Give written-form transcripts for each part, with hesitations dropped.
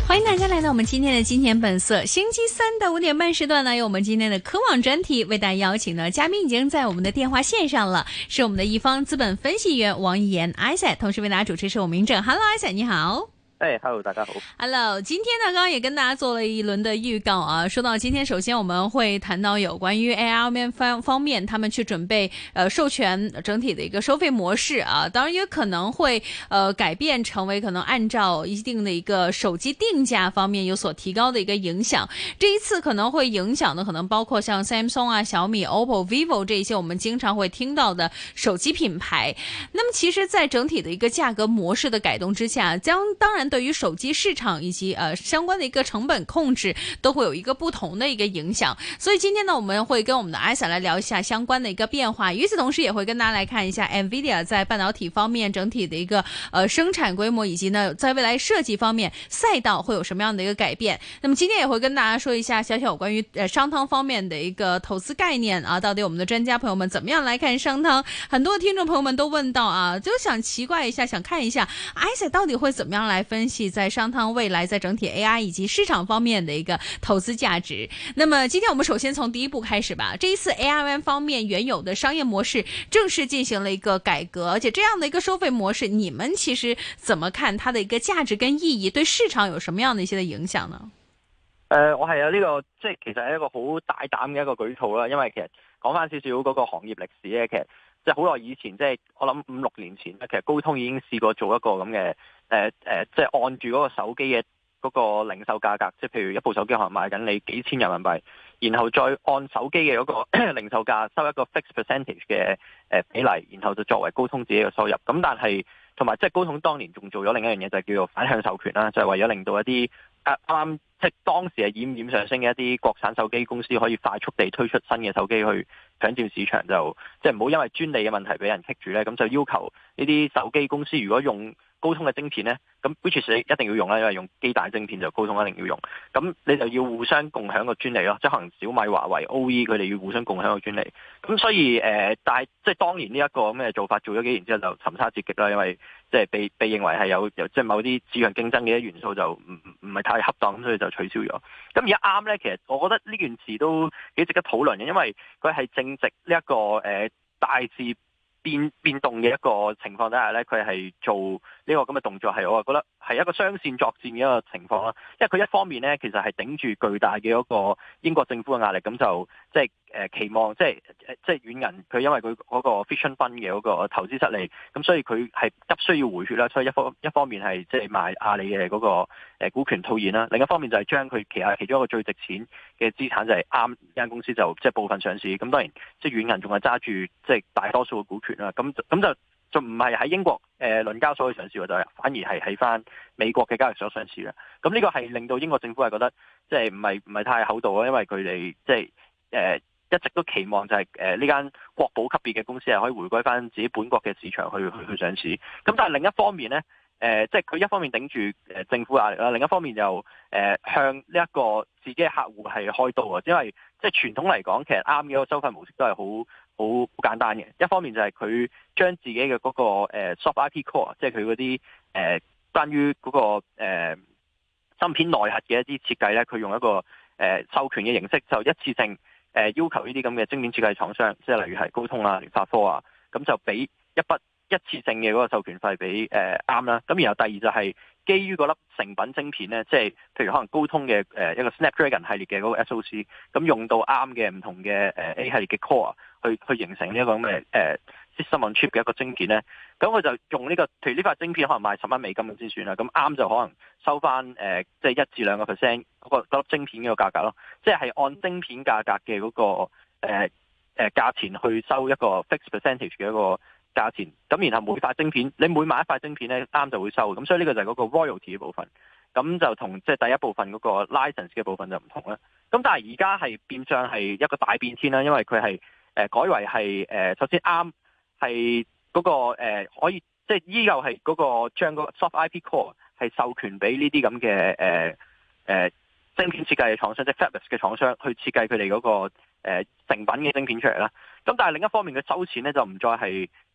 欢迎大家来到我们今天的金钱本色，星期三的5点半时段呢，有我们今天的科网专题为大家邀请的嘉宾已经在我们的电话线上了，是我们的一方资本分析员王逸研 Isaac， 同时为大家主持是我明正。 Hello Isaac， 你好。 Hello， 大家好。 Hello， 今天呢，刚刚也跟大家做了一轮的预告啊。说到今天，首先我们会谈到有关于 AR 方面，他们去准备授权整体的一个收费模式啊。当然也可能会改变成为可能按照一定的一个手机定价方面有所提高的一个影响。这一次可能会影响的可能包括像 Samsung 啊、小米、OPPO、vivo 这些我们经常会听到的手机品牌。那么其实，在整体的一个价格模式的改动之下，当然对于手机市场以及相关的一个成本控制都会有一个不同的一个影响。所以今天呢，我们会跟我们的艾莎来聊一下相关的一个变化。与此同时，也会跟大家来看一下 NVIDIA 在半导体方面整体的一个生产规模，以及呢在未来设计方面赛道会有什么样的一个改变。那么今天也会跟大家说一下小小有关于商汤方面的一个投资概念啊，到底我们的专家朋友们怎么样来看商汤？很多听众朋友们都问到啊，就想奇怪一下，想看一下艾莎到底会怎么样来分析在商汤未来在整体 AI 以及市场方面的一个投资价值。那么今天我们首先从第一步开始吧。这一次 ARM 方面原有的商业模式正式进行了一个改革，而且这样的一个收费模式，你们其實怎麼看它的一個價值跟意義，對市場有什麼樣的一些的影響呢？ 我係有呢個即係其實係一個好大膽嘅一個舉措啦，因為其實講翻少少嗰個行業歷史咧，其實即係好耐以前，即係我諗5-6年前咧，其實高通已經試過做一個咁嘅即係按住嗰個手機嘅嗰個零售價格，即係譬如一部手機可能賣緊你幾千人民幣，然後再按手機嘅嗰個零售價收一個 fixed percentage 嘅比例，然後就作為高通自己嘅收入。咁但係同埋即係高通當年仲做咗另一樣嘢，就係叫做反向授權啦，就係為咗令到一啲啱即係當時係冉上升嘅一啲國產手機公司可以快速地推出新嘅手機去搶佔市場，就即係唔好因為專利嘅問題俾人棘住咧，咁就要求呢啲手機公司如果用高通嘅晶片咧，咁 which is 你一定要用啦，因為用基帶晶片就高通一定要用，咁你就要互相共享個專利咯，即係可能小米、華為、OE 佢哋要互相共享個專利，咁所以但係即係當年呢一個咁嘅做法做咗幾年之後就沉沙折擊啦，因為即係被認為係有即係某啲市場競爭嘅元素就唔係太恰當，咁所以就取消咗。咁而家啱咧，其實我覺得呢件事都幾值得討論嘅，因為佢係正值呢一個大致變動嘅一個情況底下咧，佢係做呢個咁嘅動作係我覺得係一個雙線作戰嘅一個情況啦。因為佢一方面咧，其實係頂住巨大嘅一個英國政府嘅壓力，咁就即係期望即係軟銀佢因為佢嗰個 Vision Fund 嘅嗰個投資失利，咁所以佢係急需要回血啦。所以一方面係即係賣阿里嘅嗰個股權套現啦，另一方面就係將佢旗下其中一個最值錢嘅資產就係啱呢間公司就即係部分上市。咁當然即係軟銀仲係揸住即係大多數嘅股權啦。咁就唔係喺英國倫交所去上市，就反而係喺翻美國嘅交易所上市啦。咁呢個係令到英國政府係覺得即係唔係太厚道啊，因為佢哋即係一直都期望就係呢間國寶級別嘅公司係可以回歸翻自己本國嘅市場去上市。咁但係另一方面咧，即係佢一方面頂住政府壓力啦，另一方面又向呢一個自己嘅客戶係開刀啊，因為即係傳統嚟講，其實啱嘅一個收費模式都係好簡單嘅。一方面就係佢將自己嘅嗰個soft IP core， 即係佢嗰啲關於嗰個芯片內核嘅一啲設計咧，佢用一個授權嘅形式，就一次性要求呢啲咁嘅晶片設計廠商，即係例如係高通啊、聯發科啊，咁就俾一筆一次性嘅嗰個授權費俾啱啦。咁然後第二就係基於嗰粒成品晶片咧，即係譬如可能高通嘅一個 Snapdragon 系列嘅嗰個 SoC， 咁用到啱嘅唔同嘅A 系列嘅 core 去形成呢一個咁嘅System on Chip 嘅一個晶片咧，咁佢就用呢個，譬如呢塊晶片可能賣10蚊美金咁先算啦，咁啱就可能收翻即係1至2%嗰粒晶片嘅個價格咯，即係按晶片價格嘅嗰個價錢去收一個 fixed percentage 嘅一個價錢，咁然後每塊晶片你每買一塊晶片咧啱就會收，咁所以呢個就係嗰個 royalty 嘅部分，咁就同即係第一部分嗰個 license 嘅部分就唔同啦。咁但係而家係變相係一個大變天啦，因為佢係改為係首先啱係嗰個可以即係依舊係嗰個將個 soft IP core 係授權俾呢啲咁嘅晶片設計嘅廠商，即係 fabless 嘅廠商去設計佢哋嗰個成品嘅晶片出嚟啦。咁但係另一方面佢收錢咧就唔再係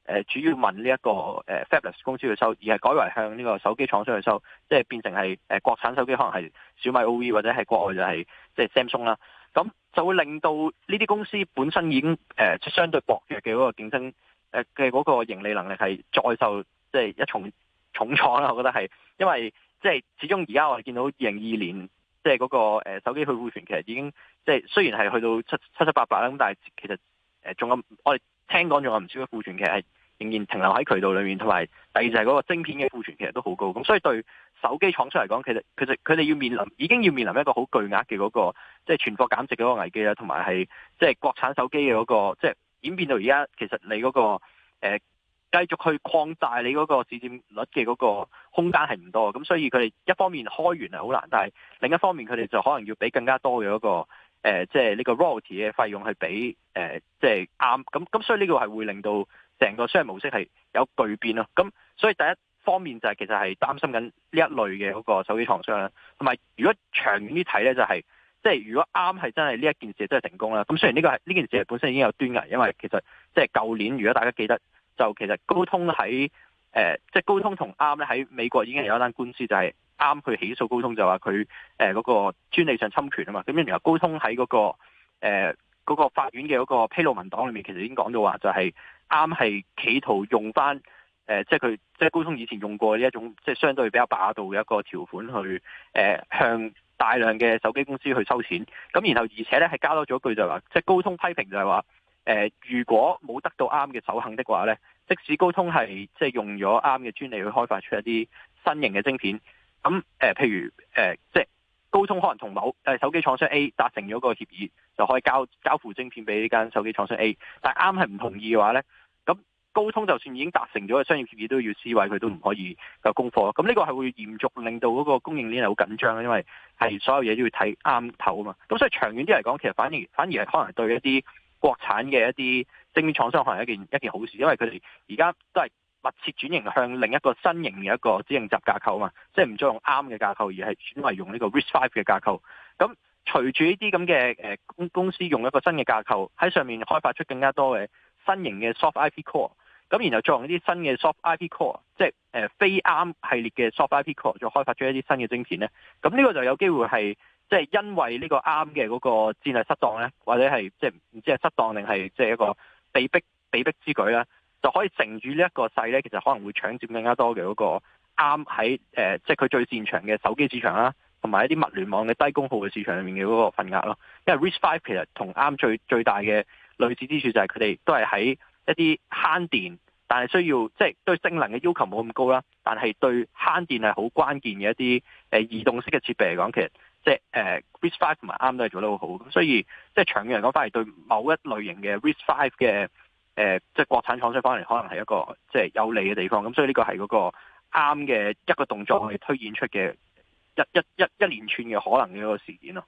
主要問呢一個Fabless 公司去收，而係改為向呢個手機廠商去收，即係變成係國產手機可能係小米 OV 或者係國外就係即係 Samsung 啦。咁就會令到呢啲公司本身已經相對薄弱嘅嗰個競爭嘅嗰個盈利能力係再受即係一重重創啦。我覺得係因為即係始終而家我哋見到2022年即係嗰個手機去庫存其實已經即係雖然係去到七七八八啦，咁但係其實仲有我哋聽講仲有唔少嘅庫存其實係仍然停留喺渠道裏面，同埋第二就係嗰個晶片嘅庫存其實都好高，咁所以對手機廠商嚟講，其實佢哋已經要面臨一個好巨額嘅嗰個即係存貨減值嗰個危機啦，同埋係即係國產手機嘅嗰個即係演變到而家其實你嗰個繼續去擴大你嗰個市佔率嘅嗰個空間係唔多，咁所以佢哋一方面開源係好難，但係另一方面佢哋就可能要俾更加多嘅嗰個即係呢個 royalty 嘅費用去俾即係啱，咁所以呢個係會令到成個商業模式係有巨變咯。咁所以第一方面就係其實係擔心緊呢一類嘅嗰個手機廠商啦，同埋如果長遠啲睇咧，就係即係如果啱係真係呢一件事真係成功啦，咁雖然呢件事本身已經有端倪，因為其實即係舊年如果大家記得，就其實高通喺即係高通同啱咧喺美國已經有一單官司，就係啱去起訴高通，就話佢嗰個專利上侵權啊嘛。咁然後高通喺嗰個法院嘅嗰個披露文檔裏面，其實已經講到話就係啱係企圖用翻即係高通以前用過呢一種即係相對比較霸道嘅一個條款去向大量嘅手機公司去收錢。咁然後而且咧係加多咗一句就話，即係高通批評就係話如果冇得到啱嘅首肯的話咧，即使高通係即係用咗啱嘅專利去開發出一啲新型嘅晶片，咁譬如即係高通可能同某手機廠商 A 達成咗個協議，就可以交付晶片俾呢間手機廠商 A， 但係啱係唔同意嘅話咧，咁高通就算已經達成咗嘅商業協議都要撕毀，佢都唔可以有供貨。咁呢個係會嚴重令到嗰個供應鏈係好緊張，因為係所有嘢都要睇啱頭啊嘛。咁所以長遠啲嚟講，其實反而係可能對一啲國產嘅一啲晶片廠商可能係一件好事，因為佢哋而家都係密切轉型向另一個新型嘅一個指令集架構啊嘛，即係唔再用ARM嘅架構，而係轉為用呢個 RISC-V 嘅架構。咁隨住呢啲咁嘅公司用一個新嘅架構喺上面開發出更加多嘅新型嘅 soft IP core， 咁然後再用一啲新嘅 soft IP core， 即係非 ARM 系列嘅 soft IP core，再開發出一啲新嘅晶片咧，咁呢個就有機會係即係因為呢個ARM嘅嗰個戰略失當咧，或者係即係唔知係失當定係即係一個被逼之舉啦，就可以乘住呢一個勢咧，其實可能會搶佔更加多嘅嗰個ARM喺即係佢最擅長嘅手機市場啦，同埋一啲物聯網嘅低功耗嘅市場裏面嘅嗰個份額咯。因為 RISC-V 其實同ARM最大嘅類似之處就係佢哋都係喺一啲慳電，但係需要即係對性能嘅要求冇咁高啦，但係對慳電係好關鍵嘅一啲移動式嘅設備嚟講，其實即係RISC-V 同埋ARM都係做得好好。咁所以即係長遠嚟講，反而對某一類型嘅 RISC-V 嘅即係國產廠商翻嚟，可能係一個即係有利嘅地方。咁所以呢個係嗰個啱嘅一個動作去推演出嘅一連串嘅可能嘅一個事件咯。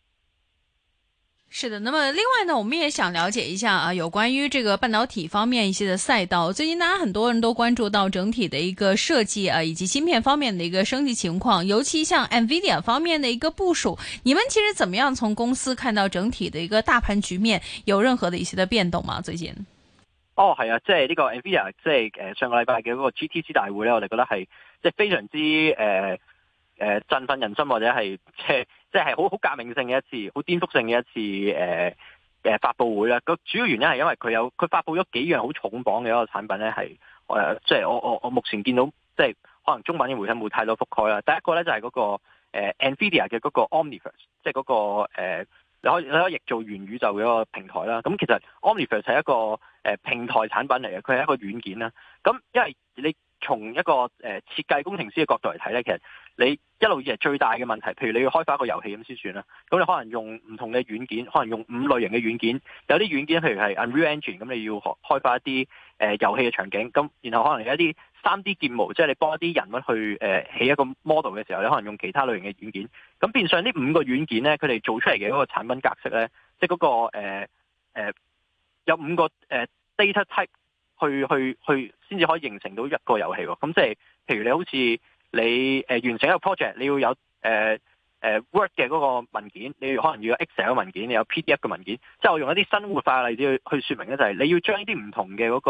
是的，那麼另外呢，我們也想了解一下啊，有關於這個半導體方面一些的賽道。最近大家很多人都關注到整體的一個設計啊，以及芯片方面的一個升級情況，尤其像 NVIDIA 方面的一個部署，你們其實怎麼樣從公司看到整體的一個大盤局面有任何的一些的變動嗎？最近？ 哦，係啊，即係呢個 NVIDIA 即係上個禮拜嘅嗰個 GTC 大會咧，我哋覺得係即係非常之振奮人心，或者係即係好革命性嘅一次，好顛覆性嘅一次發佈會啦。個主要原因係因為佢發佈咗幾樣好重磅嘅一個產品咧，係即係我目前見到即係可能中文嘅媒體冇太多覆蓋啦。第一個咧就係嗰個NVIDIA 嘅嗰個 Omniverse， 即係嗰個你可以譯做元宇宙嘅一個平台啦。咁其實 Omniverse 係一個平台產品嚟嘅，佢係一個軟件啦。咁因為你從一個設計工程師嘅角度嚟睇咧，其實你一路以嚟最大嘅問題，譬如你要開發一個遊戲咁先算啦。咁你可能用唔同嘅軟件，可能用5類型嘅軟件。有啲軟件譬如係 Unreal Engine， 咁你要開發一啲遊戲嘅場景。咁然後可能有一啲 3D 建模，即係你幫一啲人物去起一個 model 嘅時候，你可能用其他類型嘅軟件。咁變相呢5個軟件咧，佢哋做出嚟嘅嗰個產品格式咧，即係嗰個有5個data type 去先至可以形成到一個遊戲喎。咁即係譬如你好似你完成一個 project， 你要有Word 嘅嗰個文件，你可能要有 Excel 嘅文件，你有 PDF 嘅文件。即係我用一啲生活化嘅例子去說明咧，就係你要將呢啲唔同嘅嗰個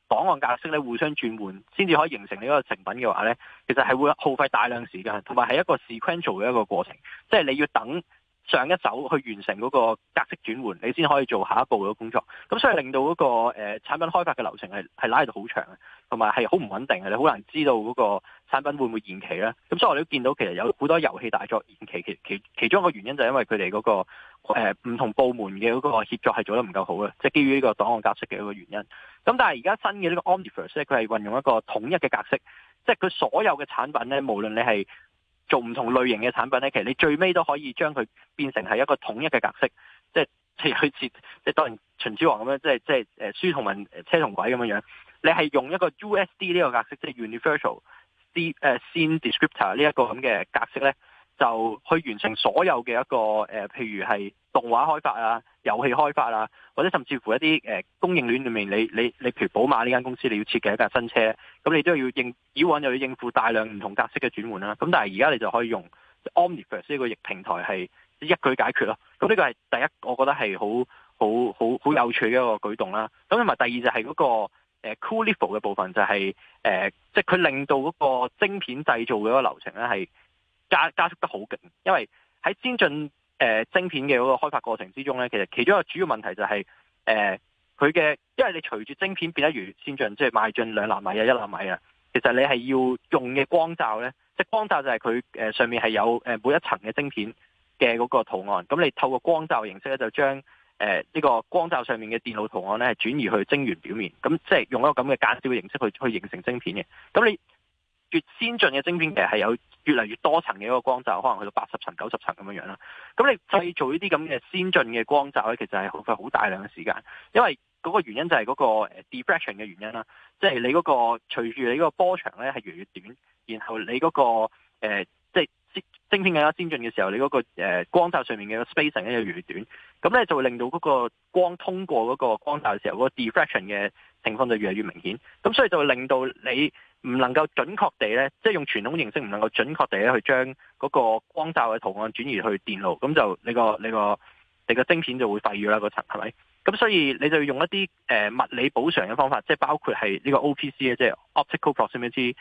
檔案格式咧互相轉換，先至可以形成呢個成品嘅話咧，其實係會耗費大量時間，同埋係一個 sequential 嘅一個過程，即係你要等上一手去完成嗰個格式轉換，你先可以做下一步嘅工作。咁所以令到嗰個產品開發嘅流程係拉到好長嘅，同埋係好唔穩定嘅，你好難知道嗰個產品會唔會延期咧。咁所以我哋都見到其實有好多遊戲大作延期，其中一個原因就係因為佢哋嗰個唔同部門嘅嗰個協作係做得唔夠好嘅，即係基於呢個檔案格式嘅一個原因。咁但係而家新嘅呢個 Omniverse 咧，佢係運用一個統一嘅格式，即係佢所有嘅產品咧，無論你係做唔同類型嘅產品咧，其實你最尾都可以將佢變成係一個統一嘅格式，即係即係當然秦始皇咁樣，即係書同文車同軌咁樣樣。你係用一個 USD 呢個格式，即係 Universal Scene Descriptor 呢一個咁嘅格式咧，就去完成所有嘅一個譬如係動畫開發啊、遊戲開發啊，或者甚至乎一啲供應鏈裏面，你譬如寶馬呢間公司，你要設計一架新車，咁你都要以往又要應付大量唔同格式嘅轉換啦。咁但係而家你就可以用 Omniverse 呢個平台係一舉解決咯。咁呢個係第一，我覺得係好有趣嘅一個舉動啦。咁同埋第二就係嗰個Cullifo 嘅部分，就係即係佢令到嗰個晶片製造嘅一個流程咧係加速得好勁，因為喺先進晶片嘅嗰個開發過程之中咧，其實其中一個主要問題就係佢嘅，因為你隨住晶片變得越先進，即係邁進2納米啊、1納米啊，其實你係要用嘅光罩咧，即係光罩就係佢上面係有每一層嘅晶片嘅嗰個圖案，咁你透過光罩形式咧就將呢個光罩上面嘅電腦圖案咧係轉移去晶圓表面，咁即係用一個咁嘅間接嘅形式去形成晶片嘅。咁你越先進嘅晶片其實係有越嚟越多層嘅一個光罩，可能去到80層、90層咁樣樣啦。咁你製造呢啲咁嘅先進嘅光罩咧，其實係耗費好大量嘅時間，因為嗰個原因就係嗰個diffraction 嘅原因啦，即係你嗰個隨住你嗰個波長咧係越嚟越短，然後你嗰個即係晶片更加先進嘅時候，你嗰個光罩上面嘅 spacing 咧就越嚟越短，咁咧就會令到嗰個光通過嗰個光罩嘅時候，嗰個 diffraction 嘅情況就越嚟越明顯，咁所以就會令到你唔能夠準確地咧，即係用傳統形式唔能夠準確地咧去將嗰個光罩嘅圖案轉移去電路，咁就你個晶片就會廢咗啦，嗰層係咪？咁所以你就要用一啲物理補償嘅方法，即係包括係呢個 OPC 咧，即係 Optical Proximity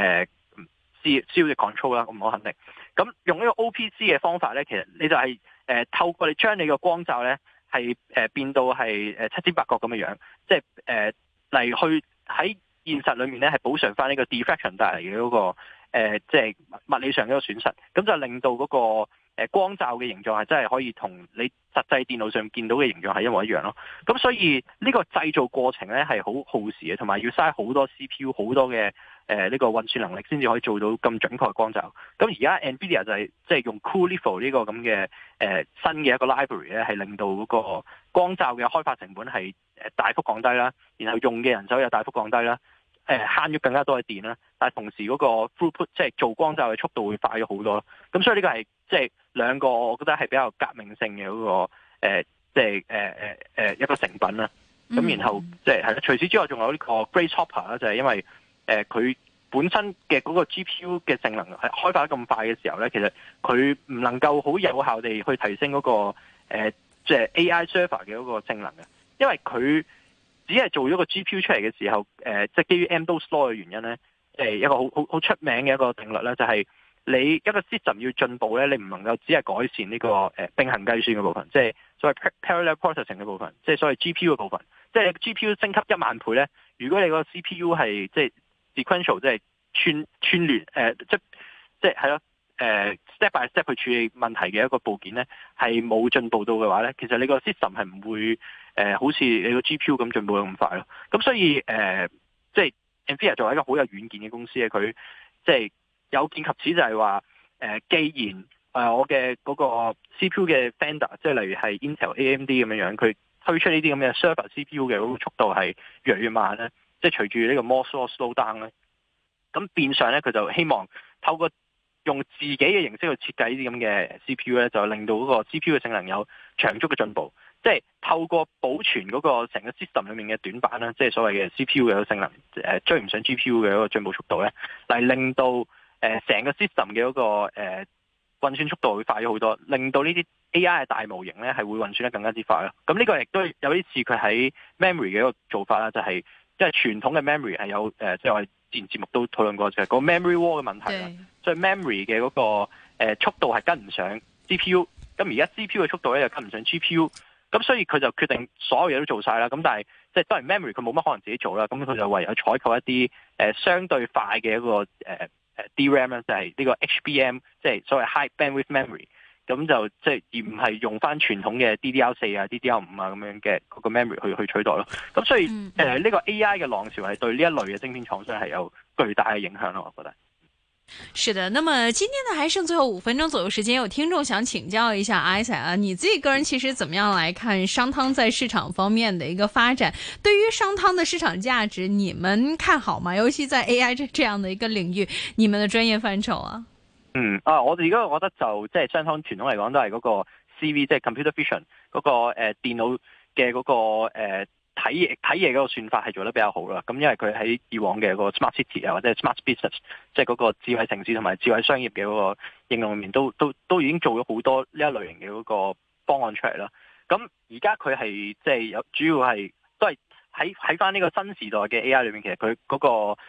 Serial Control 啦，我唔好肯定。咁用呢個 OPC 嘅方法咧，其實你就係透過你將你個光罩咧係變到係七尖八角咁嘅樣，即係嚟去喺現實裏面咧係補償翻呢個 diffraction 帶嚟嘅嗰個即係物理上嘅一個損失，咁就令到嗰個光罩嘅形狀係真係可以同你實際電腦上見到嘅形狀係一模一樣咯。咁所以呢個製造過程咧係好耗時嘅，同埋要嘥好多 CPU 好多嘅呢個運算能力先至可以做到咁準確嘅光罩。咁而家 NVIDIA 就係即係用 Cullifo 呢個咁嘅新嘅一個 library 咧，係令到嗰個光罩嘅開發成本係大幅降低啦，然後用嘅人手又大幅降低啦。慳咗更加多嘅電啦，但係同時嗰個 throughput 即係做光罩嘅速度會快咗好多咯。咁所以呢個係即係兩個我覺得係比較革命性嘅嗰個即係一個成品啦。咁然後即係係啦，除此之外仲有呢個 Grace Hopper 啦，就係因為佢本身嘅嗰個 GPU 嘅性能係開發得咁快嘅時候咧，其實佢唔能夠好有效地去提升嗰個即係 AI server 嘅嗰個性能嘅，因為佢只係做咗個 GPU 出嚟嘅時候，即係基於 Amdahl's law 嘅原因咧，一個好出名嘅一個定律咧，就係你一個 system 要進步咧，你唔能夠只係改善呢個並行計算嘅部分，即係所謂 parallel processing 嘅部分，即係所謂 GPU 嘅部分。即係 GPU 升級1萬倍咧，如果你個 CPU 係即係 sequential，即係串聯即係係咯step by step 去處理問題嘅一個部件咧，係冇進步到嘅話咧，其實你個 system 係唔會好似你個 GPU 咁進步得咁快咯。咁所以即係 NVIDIA 作為一個好有遠見嘅公司咧，佢即係有見及此就係話既然我嘅嗰個 CPU 嘅 vendor， 即係例如係 Intel、AMD 咁樣樣，佢推出呢啲咁嘅 server CPU 嘅嗰個速度係越嚟越慢咧，即係隨住呢個 Moore's Law slow down 咧，咁變相咧佢就希望透過用自己嘅形式去設計呢啲咁嘅 CPU 咧，就令到嗰個 CPU 嘅性能有長足嘅進步。即係透過保存嗰個成個 system 裏面嘅短板啦，即係所謂嘅 CPU 嘅性能追唔上 GPU 嘅嗰個進步速度咧，嚟令到成個 system 嘅嗰個運算速度會快咗好多，令到呢啲 AI 嘅大模型咧係會運算得更加之快咯。咁呢個亦都有啲似佢喺 memory 嘅一個做法啦，就係因為傳統嘅 memory 係有即係我哋之前節目都討論過就係個 memory wall 嘅問題啦，所以 memory 嘅嗰個速度係跟唔上 GPU， 咁而家 GPU 嘅速度咧又跟唔上 GPU， 咁所以佢就決定所有嘢都做晒啦。咁但係即係當然 memory 佢冇乜可能自己做啦，咁佢就唯有採購一啲相對快嘅一個DRAM 咧，就係呢個 HBM， 即係所謂 high bandwidth memory。咁就即係而唔係用翻傳統嘅 DDR4 啊、DDR5 啊咁樣嘅嗰個 memory 去取代咯。咁所以呢個 AI 嘅浪潮係對呢一類嘅晶片廠商係有巨大嘅影響咯，我覺得。 是的，那麼今天呢還剩最後5分鐘左右時間，有聽眾想請教一下 Isaac 啊，你自己個人其實怎麼樣來看商湯在市場方面的一個發展？對於商湯的市場價值，你們看好嗎？尤其在 AI 這樣的一個領域，你們的專業範疇啊？ 我哋而家覺得就即係商湯傳統嚟講都係嗰個 CV， 即係 computer vision 嗰個電腦嘅嗰個睇嘢嗰個算法係做得比較好啦。咁因為佢喺以往嘅個 smart city 啊或者 smart business， 即係嗰個智慧城市同埋智慧商業嘅嗰個應用入面都已經做咗好多呢一類型嘅嗰個方案出嚟啦。咁而家佢係即係有主要係都係喺翻呢個新時代嘅 AI 裏面，其實佢嗰個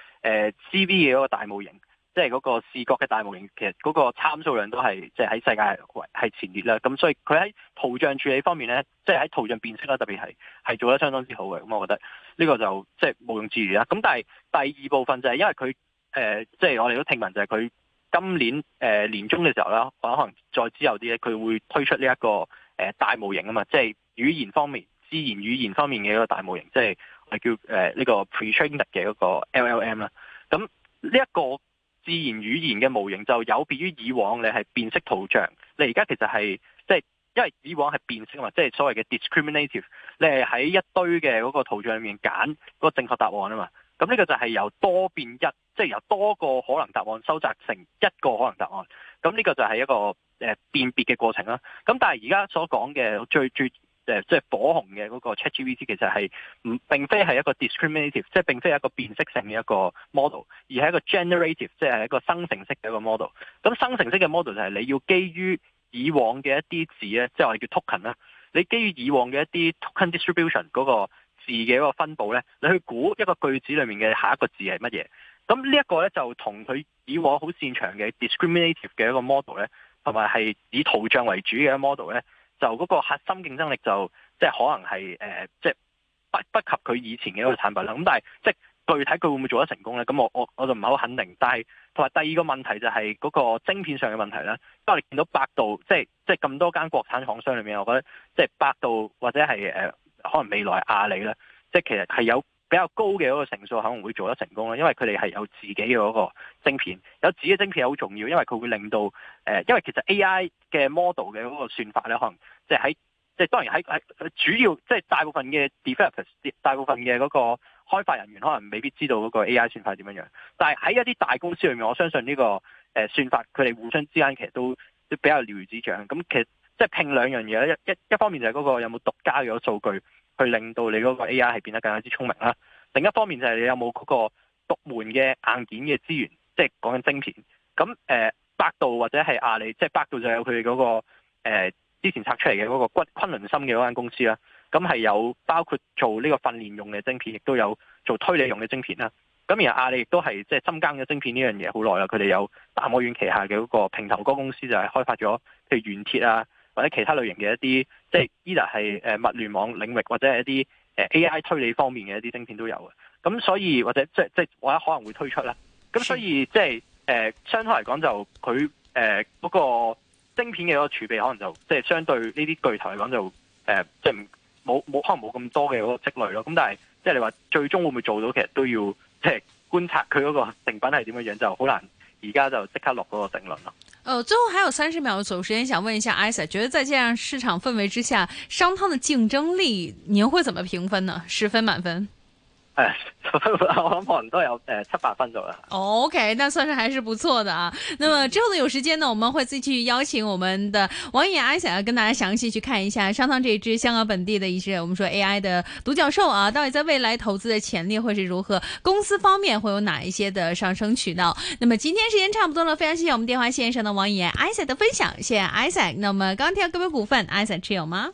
CV 嘅嗰個大模型。即係嗰個視覺嘅大模型，其實嗰個參數量都係即係喺世界係前列啦。咁所以佢喺圖像處理方面咧，即係喺圖像辨識啦，特別係做得相當之好嘅。咁我覺得呢個就即係毋庸置疑啦。咁但係第二部分就係因為佢即係我哋都聽聞就係佢今年年中嘅時候啦，或者可能再之後啲咧，佢會推出呢一個大模型啊嘛，即係語言方面、自然語言方面嘅一個大模型，即係我哋叫呢個 pre-trained 嘅嗰個 LLM 啦。咁呢一個自然語言嘅模型就有別於以往你係辨識圖像，你而家其實係即係因為以往係辨識啊嘛，即係所謂嘅 discriminative， 你係喺一堆嘅嗰個圖像裏面揀嗰個正確答案啊嘛。咁呢個就係由多變一，即係由多個可能答案收窄成一個可能答案。咁呢個就係一個辨別嘅過程啦。咁但係而家所講嘅最即係火紅嘅嗰個 ChatGPT 其實係並非係一個 discriminative， 即係並非係一個辨識性嘅一個 model， 而係一個 generative， 即係一個生成式嘅一個 model。咁生成式嘅 model 就係你要基於以往嘅一啲字咧，即係我哋叫 token 啦，你基於以往嘅一啲 token distribution 嗰個字嘅一個分佈咧，你去估一個句子裡面嘅下一個字係乜嘢。咁呢一個咧就同佢以往好擅長嘅 discriminative 嘅一個 model 咧，同埋係以圖像為主嘅 model 咧，就嗰個核心競爭力就即係可能係即係不及佢以前嘅一個產品啦。咁但係即係具體佢會唔會做得成功咧？咁我就唔係好肯定。但係同埋第二個問題就係嗰個晶片上嘅問題啦。因為我哋見到百度即係咁多間國產廠商裏面，我覺得即係百度或者係可能未來阿里啦，即係其實係有比較高嘅嗰個成數可能會做得成功啦，因為佢哋係有自己嘅嗰個晶片，有自己嘅晶片好重要，因為佢會令到因為其實 AI 嘅 model 嘅嗰個算法咧，可能即係即係當然喺主要即係大部分嘅 developers， 大部分嘅嗰個開發人員可能未必知道嗰個 AI 算法點樣樣，但係喺一啲大公司裏面，我相信呢個算法佢哋互相之間其實都比較了如指掌。咁其實即係拼兩樣嘢，一方面就係嗰個有冇獨家嘅數據去令到你嗰個 AI 係變得更加之聰明啦。另一方面就係你有冇嗰個獨門嘅硬件嘅資源，即係講緊晶片。咁百度或者係阿里，即係百度就有佢哋嗰個之前拆出嚟嘅嗰個昆侖芯嘅嗰間公司啦。咁係有包括做呢個訓練用嘅晶片，亦都有做推理用嘅晶片啦。咁而阿里亦都係即係深耕咗晶片呢樣嘢好耐啦。佢哋有大摩院旗下嘅嗰個平頭哥公司就係開發咗譬如原鐵啊，或者其他類型嘅一啲即係 either 係物聯網領域或者係一啲AI 推理方面嘅一啲晶片都有嘅。咁所以或者即係或者可能會推出啦。咁所以即係相對嚟講就佢嗰個晶片嘅嗰個儲備可能就即係相對呢啲巨頭嚟講就即係冇可能冇咁多嘅嗰個積累咯。咁但係即係你話最終會唔會做到，其實都要即係觀察佢嗰個成品係點樣樣，就好難而家就即刻落嗰個定論咯。 最後還有30秒左右時間，想問一下 Isaac， 覺得在這樣市場氛圍之下，商湯的競爭力，您會怎麼評分呢？10分滿分。 我諗可能都有7-8分左右。 OK， 那算是還是不錯的啊。那麼之後呢，有時間呢，我們會繼續邀請我們的王逸研 Isaac 跟大家詳細去看一下商湯這一支香港本地的一支我們說 AI 的獨角獸啊，到底在未來投資的潛力會是如何？公司方面會有哪一些的上升渠道？那麼今天時間差不多了，非常謝謝我們電話線上的王逸研 Isaac 的分享，謝謝 Isaac。那麼剛剛提到個別股份 Isaac 持有嗎？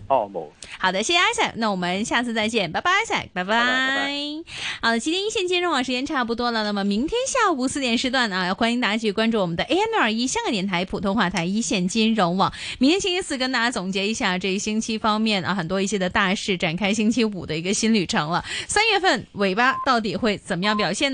哦，冇。 好的，謝謝 Isaac，那我們下次再見，拜拜 Isaac，拜拜。好的，今天一線金融網時間差不多了，那麼明天下午4點時段啊，歡迎大家繼續關注我們的 AM621香港電台普通話台一線金融網。明天星期四跟大家總結一下這一星期方面啊，很多一些的大事展開星期五的一個新旅程了。3月份尾巴到底會怎麼樣表現呢？